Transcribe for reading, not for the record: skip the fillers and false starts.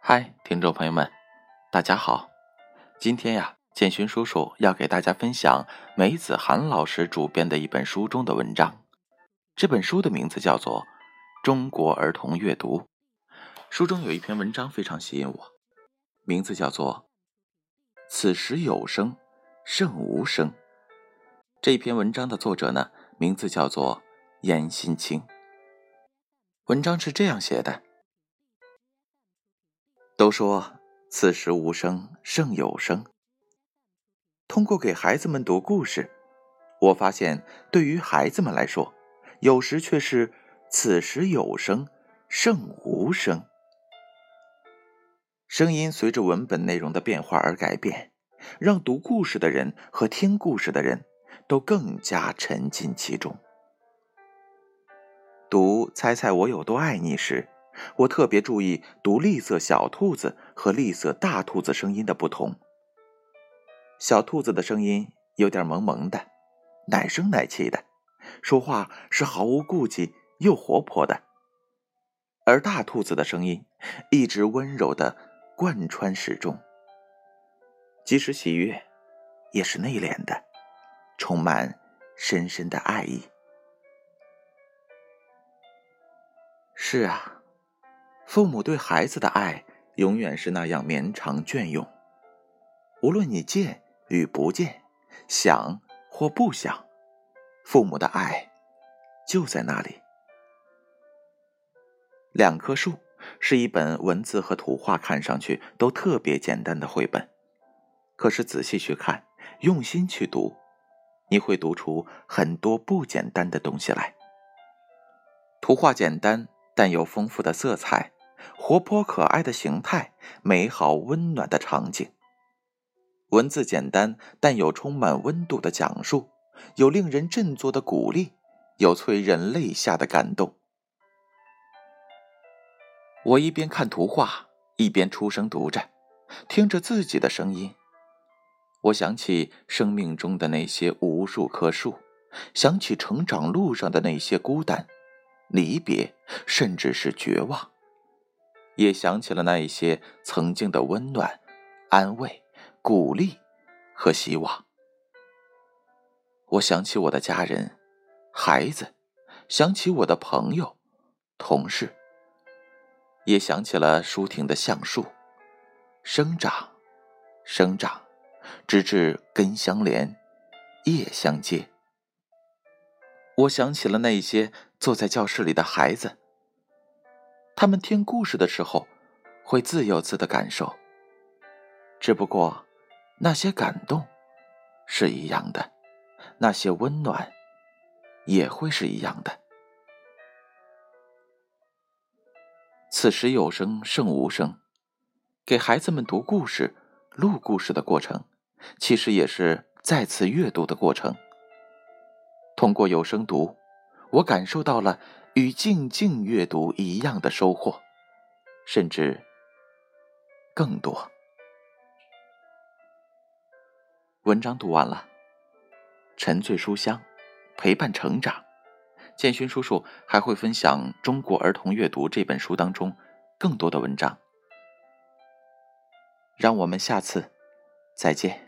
嗨，听众朋友们，大家好。今天呀，建勋叔叔要给大家分享梅子涵老师主编的一本书中的文章。这本书的名字叫做《中国儿童阅读》。书中有一篇文章非常吸引我，名字叫做此时有声胜无声。这一篇文章的作者呢，名字叫做严新清。文章是这样写的：都说此时无声胜有声。通过给孩子们读故事，我发现对于孩子们来说，有时却是此时有声胜无声。声音随着文本内容的变化而改变，让读故事的人和听故事的人都更加沉浸其中。读《猜猜我有多爱你》时，我特别注意读栗色小兔子和栗色大兔子声音的不同。小兔子的声音有点萌萌的，奶声奶气的，说话是毫无顾忌又活泼的。而大兔子的声音一直温柔的贯穿始终，即使喜悦也是内敛的，充满深深的爱意。是啊，父母对孩子的爱永远是那样绵长隽永，无论你见与不见，想或不想，父母的爱就在那里。两棵树是一本文字和图画看上去都特别简单的绘本，可是仔细去看，用心去读，你会读出很多不简单的东西来。图画简单，但有丰富的色彩，活泼可爱的形态，美好温暖的场景。文字简单，但有充满温度的讲述，有令人振作的鼓励，有催人泪下的感动。我一边看图画，一边出声读着，听着自己的声音。我想起生命中的那些无数棵树，想起成长路上的那些孤单、离别，甚至是绝望，也想起了那一些曾经的温暖、安慰、鼓励和希望。我想起我的家人、孩子，想起我的朋友、同事，也想起了舒挺的橡树，生长，生长，直至根相连，叶相接。我想起了那些坐在教室里的孩子，他们听故事的时候会自有自的感受，只不过那些感动是一样的，那些温暖也会是一样的。此时有声胜无声，给孩子们读故事、录故事的过程，其实也是再次阅读的过程。通过有声读，我感受到了与静静阅读一样的收获，甚至更多。文章读完了，沉醉书香，陪伴成长。建勋叔叔还会分享《中国儿童阅读》这本书当中更多的文章。让我们下次再见。